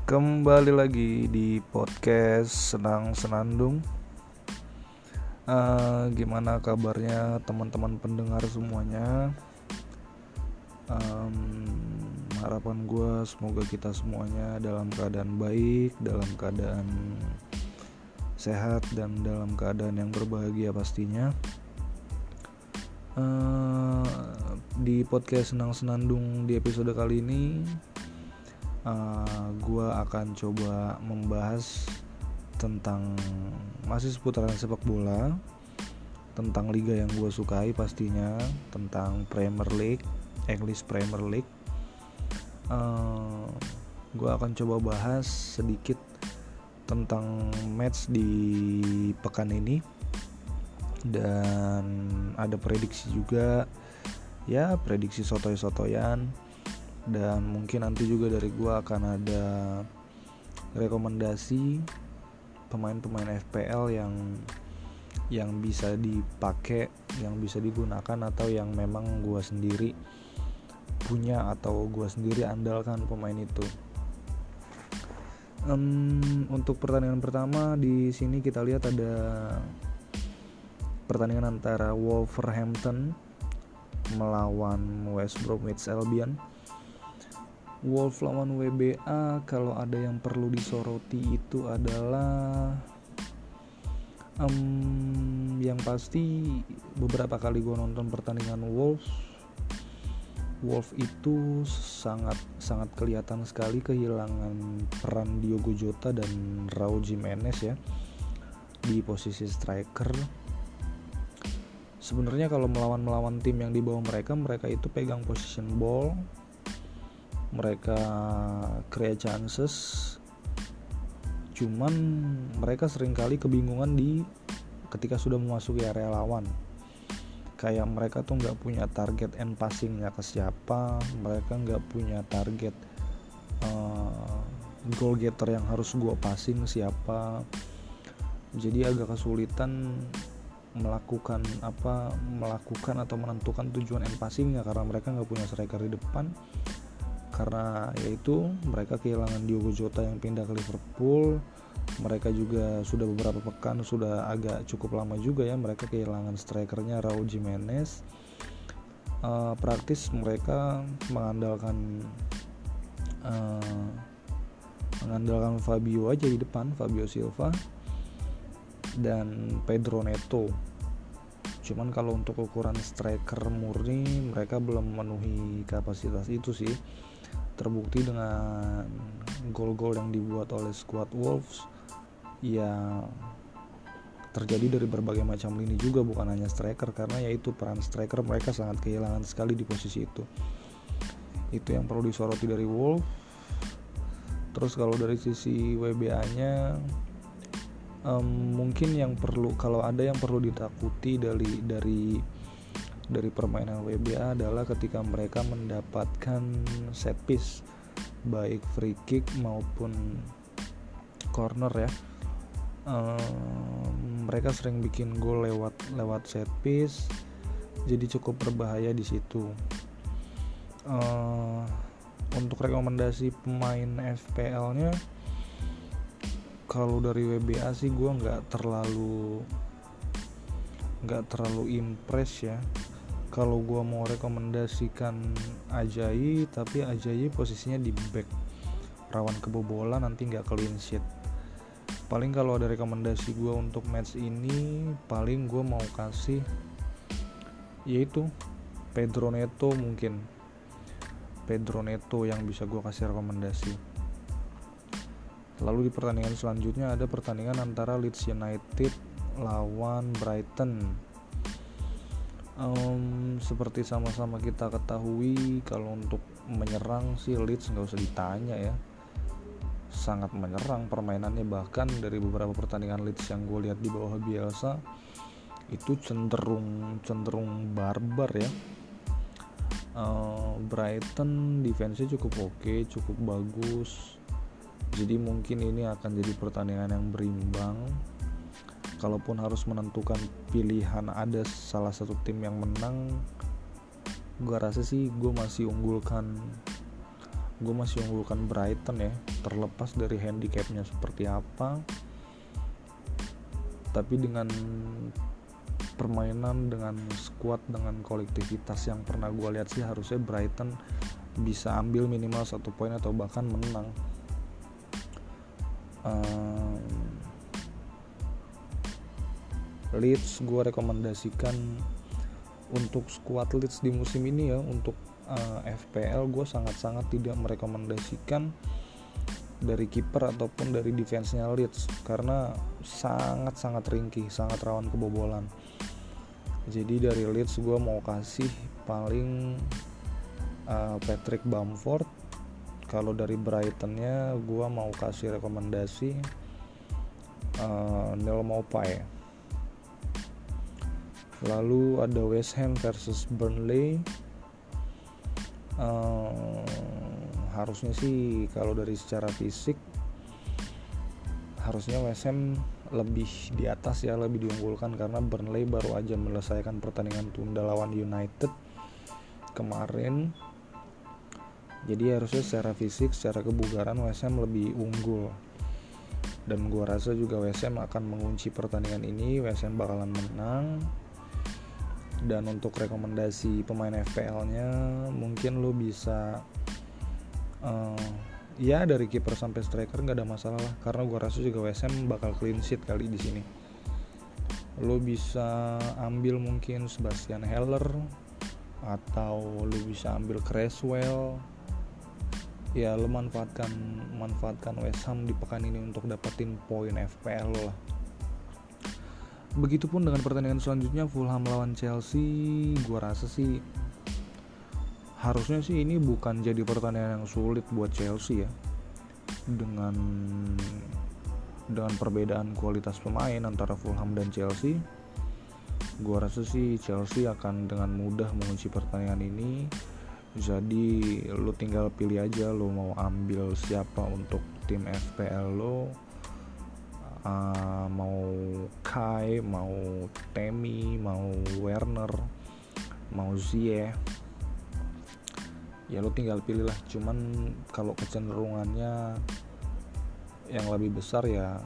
Kembali lagi di podcast Senang Senandung. Gimana kabarnya teman-teman pendengar semuanya? Harapan gue semoga kita semuanya dalam keadaan baik, dalam keadaan sehat, dan dalam keadaan yang berbahagia pastinya. Di podcast Senang Senandung di episode kali ini, gue akan coba membahas tentang masih seputaran sepak bola, tentang liga yang gue sukai pastinya, tentang Premier League, English Premier League. Gue akan coba bahas sedikit tentang match di pekan ini, dan ada prediksi juga, ya prediksi sotoy-sotoyan. Dan mungkin nanti juga dari gue akan ada rekomendasi pemain-pemain FPL yang bisa dipakai, yang bisa digunakan, atau yang memang gue sendiri punya atau gue sendiri andalkan pemain itu. Untuk pertandingan pertama di sini kita lihat ada pertandingan antara Wolverhampton melawan West Bromwich Albion. Wolves lawan WBA, kalau ada yang perlu disoroti itu adalah yang pasti beberapa kali gue nonton pertandingan Wolves itu sangat kelihatan sekali kehilangan peran Diogo Jota dan Raul Jimenez ya di posisi striker. Sebenarnya kalau melawan tim yang di bawah mereka itu pegang possession ball, mereka create chances, cuman mereka seringkali kebingungan ketika sudah memasuki area lawan. Kayak mereka tuh nggak punya target end passingnya ke siapa, mereka nggak punya target goal getter yang harus gua passing siapa. Jadi agak kesulitan melakukan atau menentukan tujuan end passingnya karena mereka nggak punya striker di depan. Karena yaitu mereka kehilangan Diogo Jota yang pindah ke Liverpool. Mereka juga sudah beberapa pekan, sudah agak cukup lama juga ya, mereka kehilangan strikernya Raul Jimenez. Praktis mereka mengandalkan Fabio aja di depan, Fabio Silva dan Pedro Neto. Cuman kalau untuk ukuran striker murni mereka belum memenuhi kapasitas itu sih. Terbukti dengan gol-gol yang dibuat oleh skuad Wolves ya terjadi dari berbagai macam lini juga, bukan hanya striker, karena yaitu peran striker mereka sangat kehilangan sekali di posisi itu yang perlu disoroti dari Wolves. Terus kalau dari sisi WBA-nya mungkin kalau ada yang perlu ditakuti dari permainan WBA adalah ketika mereka mendapatkan set piece, baik free kick maupun corner ya. Mereka sering bikin gol lewat set piece, jadi cukup berbahaya di situ. Untuk rekomendasi pemain FPL-nya, kalau dari WBA sih gue nggak terlalu impress ya. Kalau gue mau rekomendasikan Ajayi, tapi Ajayi posisinya di back, rawan kebobolan, nanti nggak clean sheet. Paling kalau ada rekomendasi gue untuk match ini, paling gue mau kasih yaitu Pedro Neto, mungkin Pedro Neto yang bisa gue kasih rekomendasi. Lalu di pertandingan selanjutnya ada pertandingan antara Leeds United lawan Brighton. Seperti sama-sama kita ketahui, kalau untuk menyerang sih Leeds nggak usah ditanya ya, sangat menyerang permainannya. Bahkan dari beberapa pertandingan Leeds yang gue lihat di bawah Bielsa itu cenderung barbar ya. Brighton defense-nya cukup oke, cukup bagus. Jadi mungkin ini akan jadi pertandingan yang berimbang. Kalaupun harus menentukan pilihan ada salah satu tim yang menang, gue rasa sih gue masih unggulkan gue masih unggulkan Brighton ya, terlepas dari handicapnya seperti apa. Tapi dengan permainan, dengan squad, dengan kolektivitas yang pernah gue lihat sih, harusnya Brighton bisa ambil minimal 1 poin atau bahkan menang. Leeds gue rekomendasikan untuk squad Leeds di musim ini ya. Untuk FPL gue sangat-sangat tidak merekomendasikan dari kiper ataupun dari defense-nya Leeds, karena sangat-sangat ringkih, sangat rawan kebobolan. Jadi dari Leeds gue mau kasih paling Patrick Bamford. Kalau dari Brighton-nya gue mau kasih rekomendasi Neil Maupay. Lalu ada West Ham versus Burnley. Harusnya sih kalau dari secara fisik harusnya West Ham lebih di atas ya, lebih diunggulkan, karena Burnley baru aja menyelesaikan pertandingan tunda lawan United kemarin. Jadi harusnya secara fisik, secara kebugaran West Ham lebih unggul. Dan gua rasa juga West Ham akan mengunci pertandingan ini, West Ham bakalan menang. Dan untuk rekomendasi pemain FPL-nya mungkin lo bisa ya dari kiper sampai striker nggak ada masalah lah, karena gue rasa juga West Ham bakal clean sheet kali di sini. Lo bisa ambil mungkin Sebastian Haller atau lo bisa ambil Cresswell. Ya lo manfaatkan West Ham di pekan ini untuk dapetin poin FPL lo lah. Begitupun dengan pertandingan selanjutnya, Fulham lawan Chelsea. Gue rasa sih harusnya sih ini bukan jadi pertandingan yang sulit buat Chelsea ya. Dengan perbedaan kualitas pemain antara Fulham dan Chelsea, gue rasa sih Chelsea akan dengan mudah mengunci pertandingan ini. Jadi lo tinggal pilih aja lo mau ambil siapa untuk tim FPL lo. Mau Kai, mau Temi, mau Werner, mau Ziyech, ya lo tinggal pilih lah. Cuman kalau kecenderungannya yang lebih besar ya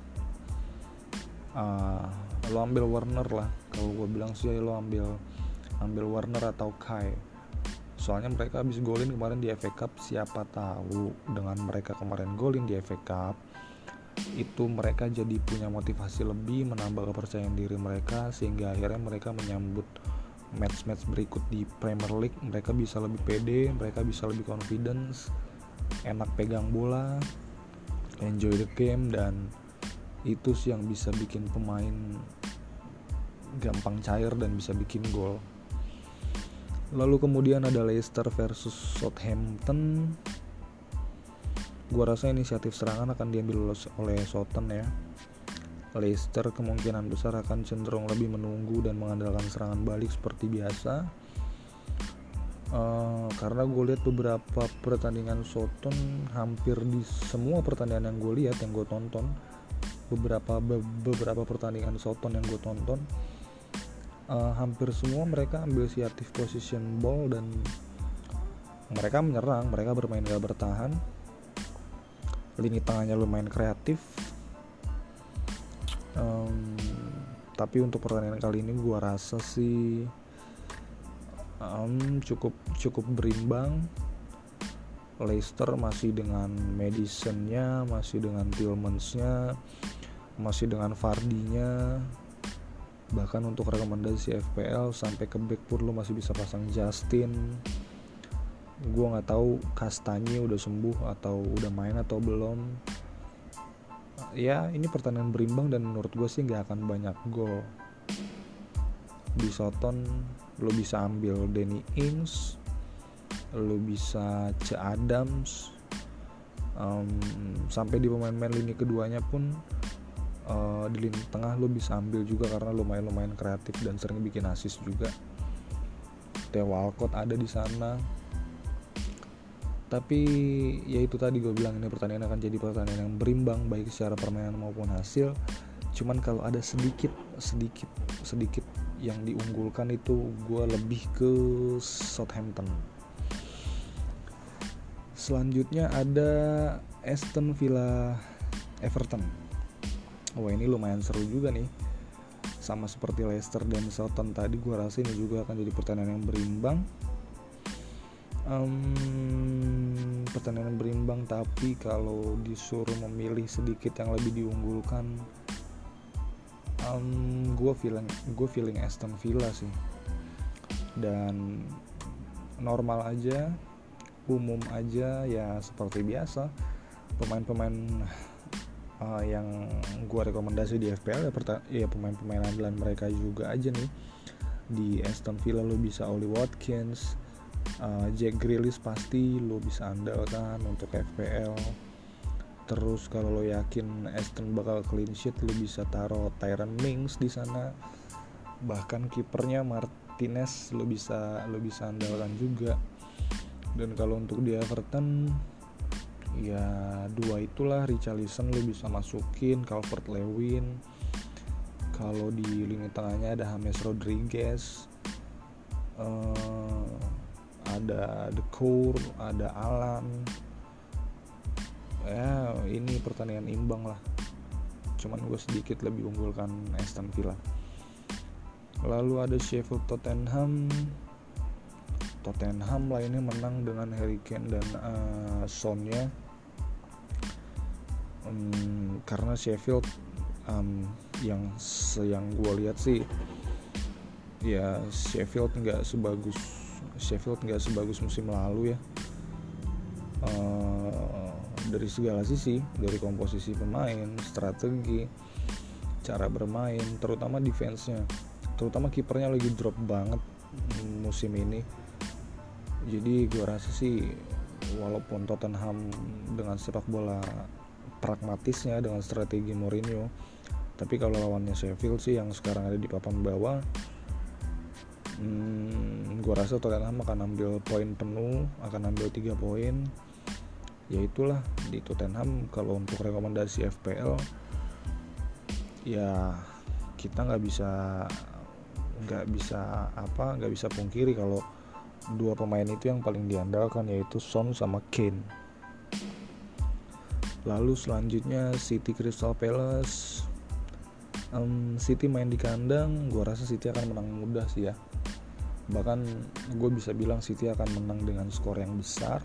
lo ambil Werner lah. Kalau gue bilang sih lo ambil Werner atau Kai. Soalnya mereka habis golin kemarin di FA Cup. Siapa tahu dengan mereka kemarin golin di FA Cup, itu mereka jadi punya motivasi lebih, menambah kepercayaan diri mereka, sehingga akhirnya mereka menyambut match-match berikut di Premier League. Mereka bisa lebih pede, mereka bisa lebih confidence, enak pegang bola, enjoy the game, dan itu sih yang bisa bikin pemain gampang cair dan bisa bikin gol. Lalu kemudian ada Leicester versus Southampton. Gua rasa inisiatif serangan akan diambil oleh Southampton ya. Leicester kemungkinan besar akan cenderung lebih menunggu dan mengandalkan serangan balik seperti biasa. Karena gue lihat beberapa pertandingan Southampton, hampir di semua pertandingan yang gue lihat, yang gue tonton, beberapa pertandingan Southampton yang gue tonton, hampir semua mereka ambil inisiatif position ball dan mereka menyerang, mereka bermain gak bertahan. Lini tengahnya lumayan kreatif. Tapi untuk pertandingan kali ini gue rasa sih cukup berimbang. Leicester masih dengan Madison-nya, masih dengan Tielemans-nya, masih dengan Vardy-nya. Bahkan untuk rekomendasi FPL sampai ke back pun lo masih bisa pasang Justin. Gue nggak tahu Kastanye udah sembuh atau udah main atau belum. Ya ini pertandingan berimbang dan menurut gue sih nggak akan banyak gol. Di Soton lo bisa ambil Danny Ings, lo bisa C. Adams, sampai di pemain-pemain lini keduanya pun di lini tengah lo bisa ambil juga karena lumayan kreatif dan sering bikin assist juga. Theo Walcott ada di sana. Tapi ya itu tadi gue bilang, ini pertandingan akan jadi pertandingan yang berimbang baik secara permainan maupun hasil. Cuman kalau ada sedikit yang diunggulkan itu gue lebih ke Southampton. Selanjutnya ada Aston Villa Everton. Wah, ini lumayan seru juga nih. Sama seperti Leicester dan Southampton tadi, gue rasa ini juga akan jadi pertandingan yang berimbang. Pertandingan berimbang, tapi kalau disuruh memilih sedikit yang lebih diunggulkan, gue feeling Aston Villa sih. Dan normal aja, umum aja, ya seperti biasa. Pemain-pemain yang gue rekomendasi di FPL ya pemain-pemain andalan mereka juga aja nih. Di Aston Villa lo bisa Oli Watkins, Jack Grealish pasti lo bisa andalkan untuk FPL. Terus kalau lo yakin Aston bakal clean sheet, lo bisa taruh Tyrone Mings di sana. Bahkan kipernya Martinez lo bisa andalkan juga. Dan kalau untuk di Everton, ya dua itulah, Richarlison lo bisa masukin, Calvert-Lewin. Kalau di lini tengahnya ada James Rodriguez, ada De Kour, ada Alan. Ya ini pertandingan imbang lah, cuman gue sedikit lebih unggulkan Aston Villa. Lalu ada Sheffield Tottenham lainnya menang dengan Harry Kane dan Son-nya. Karena Sheffield yang gue lihat sih, ya Sheffield nggak sebagus musim lalu ya. Dari segala sisi, dari komposisi pemain, strategi, cara bermain, terutama defense-nya, terutama kipernya lagi drop banget musim ini. Jadi gue rasa sih, walaupun Tottenham dengan sepak bola pragmatisnya, dengan strategi Mourinho, tapi kalau lawannya Sheffield sih yang sekarang ada di papan bawah, gue rasa Tottenham akan ambil poin penuh, akan ambil 3 poin. Ya itulah, di Tottenham kalau untuk rekomendasi FPL, ya kita nggak bisa pungkiri kalau dua pemain itu yang paling diandalkan, yaitu Son sama Kane. Lalu selanjutnya City Crystal Palace. City main di kandang, gue rasa City akan menang mudah sih ya. Bahkan gue bisa bilang City akan menang dengan skor yang besar.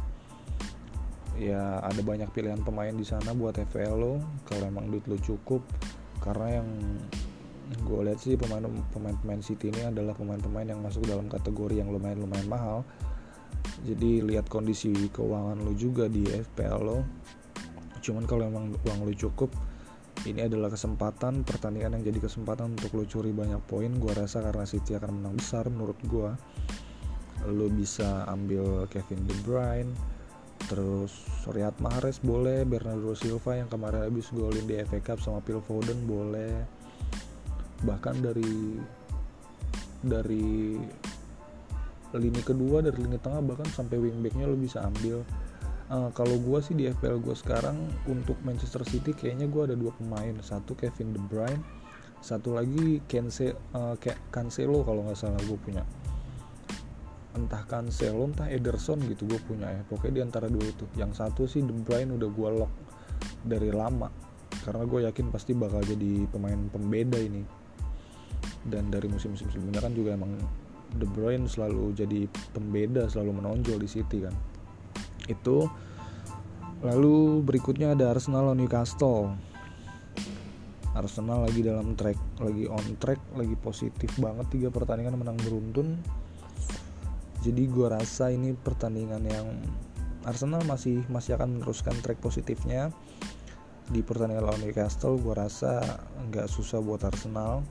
Ya ada banyak pilihan pemain di sana buat FPL lo kalau emang duit lo cukup, karena yang gue lihat sih pemain City ini adalah pemain-pemain yang masuk dalam kategori yang lumayan mahal. Jadi lihat kondisi keuangan lo juga di FPL lo. Cuman kalau emang uang lo cukup, ini adalah pertandingan yang jadi kesempatan untuk lo curi banyak poin. Gue rasa karena City akan menang besar, menurut gue lo bisa ambil Kevin De Bruyne, terus Riyad Mahrez boleh, Bernardo Silva yang kemarin habis golin di FA Cup sama Phil Foden boleh. Bahkan dari lini kedua, dari lini tengah, bahkan sampai wingbacknya lo bisa ambil. Kalau gue sih di FPL gue sekarang untuk Manchester City kayaknya gue ada 2 pemain, satu Kevin De Bruyne, satu lagi Cancelo kalau nggak salah gue punya. Entah Cancelo entah Ederson gitu gue punya ya, pokoknya di antara 2 itu. Yang satu sih De Bruyne udah gue lock dari lama, karena gue yakin pasti bakal jadi pemain pembeda ini. Dan dari musim-musim sebelumnya kan juga emang De Bruyne selalu jadi pembeda, selalu menonjol di City kan. Itu. Lalu berikutnya ada Arsenal lawan Newcastle. Arsenal lagi dalam track, lagi on track, lagi positif banget, 3 pertandingan menang beruntun. Jadi gue rasa ini pertandingan yang Arsenal masih akan meneruskan track positifnya. Di pertandingan lawan Newcastle gue rasa nggak susah buat Arsenal,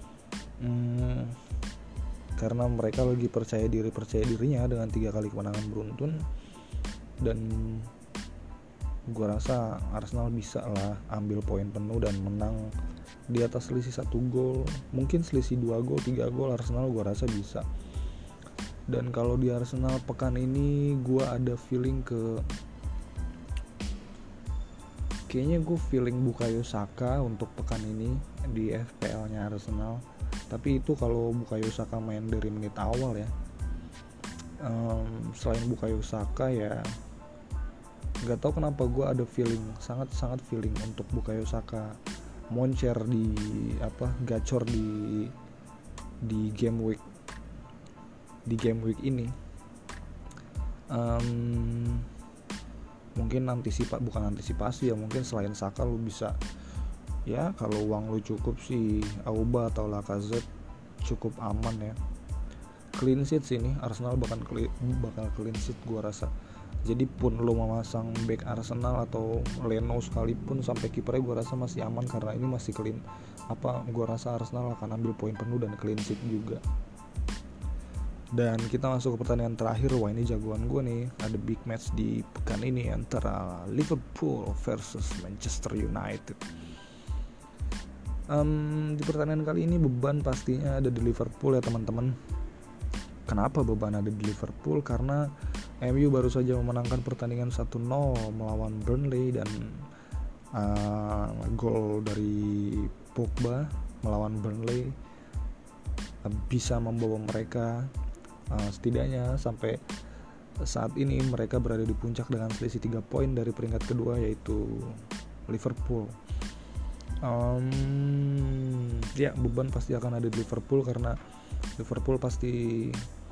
karena mereka lagi percaya dirinya dengan 3 kali kemenangan beruntun. Dan gue rasa Arsenal bisa lah ambil poin penuh dan menang di atas selisih 1 gol, mungkin selisih 2 gol, 3 gol. Arsenal gue rasa bisa. Dan kalau di Arsenal pekan ini gue ada feeling kayaknya gue feeling Bukayo Saka untuk pekan ini di FPL nya Arsenal. Tapi itu kalau Bukayo Saka main dari menit awal ya. Selain Bukayo Saka ya Gak tau kenapa gue ada feeling, sangat feeling untuk Bukayo Saka moncer gacor di game week ini. Mungkin bukan antisipasi ya, mungkin selain Saka lu bisa, ya kalau uang lu cukup sih Auba atau Lacazette cukup aman ya. Clean sheet sih ini Arsenal bakal clean sheet gua rasa. Jadi pun lo memasang back Arsenal atau Leno sekalipun sampai kipernya gue rasa masih aman, karena ini masih clean. Gue rasa Arsenal akan ambil poin penuh dan clean sheet juga. Dan kita masuk ke pertandingan terakhir. Wah, ini jagoan gue nih. Ada big match di pekan ini antara Liverpool versus Manchester United. Di pertandingan kali ini beban pastinya ada di Liverpool ya teman-teman. Kenapa beban ada di Liverpool? Karena MU baru saja memenangkan pertandingan 1-0 melawan Burnley, dan gol dari Pogba melawan Burnley bisa membawa mereka setidaknya sampai saat ini mereka berada di puncak dengan selisih 3 poin dari peringkat kedua yaitu Liverpool. Ya, beban pasti akan ada di Liverpool karena Liverpool pasti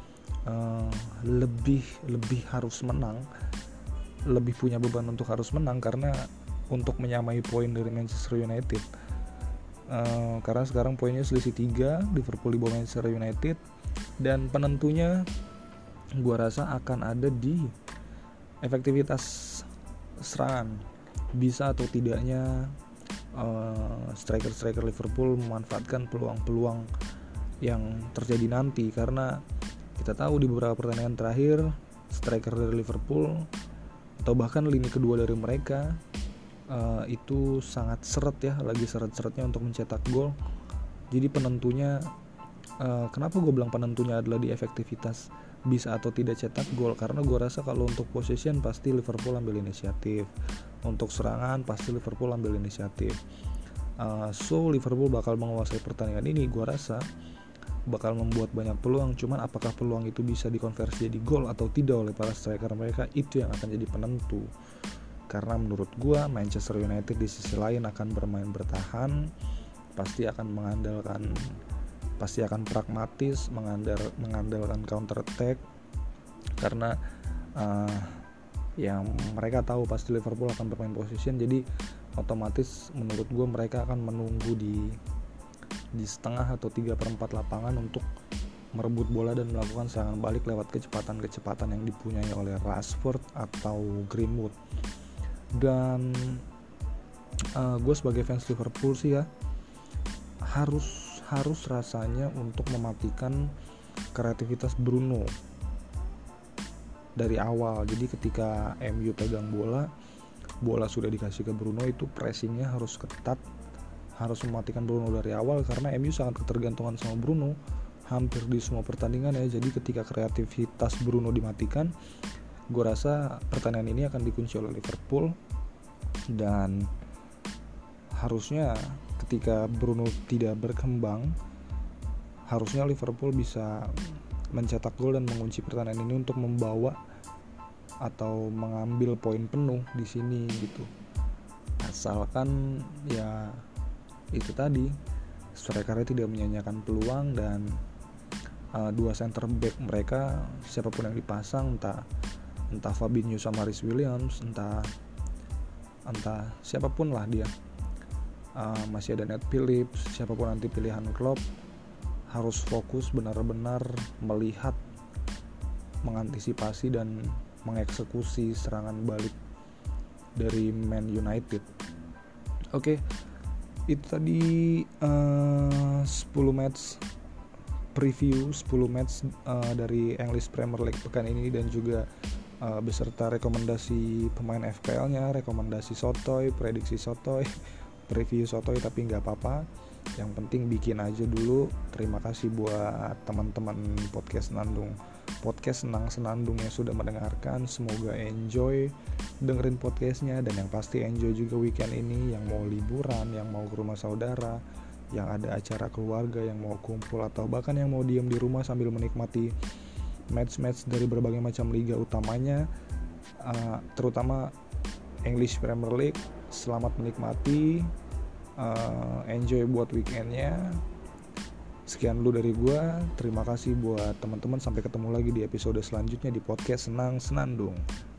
lebih harus menang, lebih punya beban untuk harus menang karena untuk menyamai poin dari Manchester United. Karena sekarang poinnya selisih 3, Liverpool di bawah Manchester United, dan penentunya gua rasa akan ada di efektivitas serangan, bisa atau tidaknya striker Liverpool memanfaatkan peluang-peluang yang terjadi nanti. Karena kita tahu di beberapa pertandingan terakhir striker dari Liverpool atau bahkan lini kedua dari mereka itu sangat lagi seret-seretnya untuk mencetak gol. Jadi penentunya, kenapa gue bilang penentunya adalah di efektivitas bisa atau tidak cetak gol, karena gue rasa kalau untuk possession pasti Liverpool ambil inisiatif, untuk serangan pasti Liverpool ambil inisiatif. So Liverpool bakal menguasai pertandingan ini. Gue rasa bakal membuat banyak peluang, cuman apakah peluang itu bisa dikonversi jadi gol atau tidak oleh para striker mereka, itu yang akan jadi penentu. Karena menurut gua Manchester United di sisi lain akan bermain bertahan, pasti akan pragmatis, mengandalkan counter attack, karena yang mereka tahu pasti Liverpool akan bermain possession. Jadi otomatis menurut gua mereka akan menunggu di setengah atau 3/4 lapangan untuk merebut bola dan melakukan serangan balik lewat kecepatan yang dipunyai oleh Rashford atau Greenwood. Dan gue sebagai fans Liverpool sih ya harus rasanya untuk mematikan kreativitas Bruno dari awal. Jadi ketika MU pegang bola sudah dikasih ke Bruno, itu pressingnya harus ketat, harus mematikan Bruno dari awal, karena MU sangat ketergantungan sama Bruno hampir di semua pertandingan ya. Jadi ketika kreativitas Bruno dimatikan, gue rasa pertandingan ini akan dikunci oleh Liverpool. Dan harusnya ketika Bruno tidak berkembang, harusnya Liverpool bisa mencetak gol dan mengunci pertandingan ini untuk membawa atau mengambil poin penuh di sini gitu. Asalkan ya itu tadi, strikernya tidak menyanyiakan peluang, dan dua center back mereka siapapun yang dipasang, entah Fabinho sama Reece Williams, entah siapapun lah dia, masih ada Nat Phillips, siapapun nanti pilihan Klopp, harus fokus benar-benar melihat, mengantisipasi dan mengeksekusi serangan balik dari Man United. Oke, itu tadi 10 match preview, 10 match dari English Premier League pekan ini, dan juga beserta rekomendasi pemain FPL-nya, rekomendasi Sotoy, prediksi Sotoy, preview Sotoy, tapi nggak apa-apa, yang penting bikin aja dulu. Terima kasih buat teman-teman podcast Senang Senandung yang sudah mendengarkan. Semoga enjoy dengerin podcastnya, dan yang pasti enjoy juga weekend ini, yang mau liburan, yang mau ke rumah saudara, yang ada acara keluarga, yang mau kumpul, atau bahkan yang mau diem di rumah sambil menikmati match-match dari berbagai macam liga utamanya, terutama English Premier League. Selamat menikmati, enjoy buat weekendnya. Sekian dulu dari gua. Terima kasih buat teman-teman. Sampai ketemu lagi di episode selanjutnya di podcast Senang Senandung.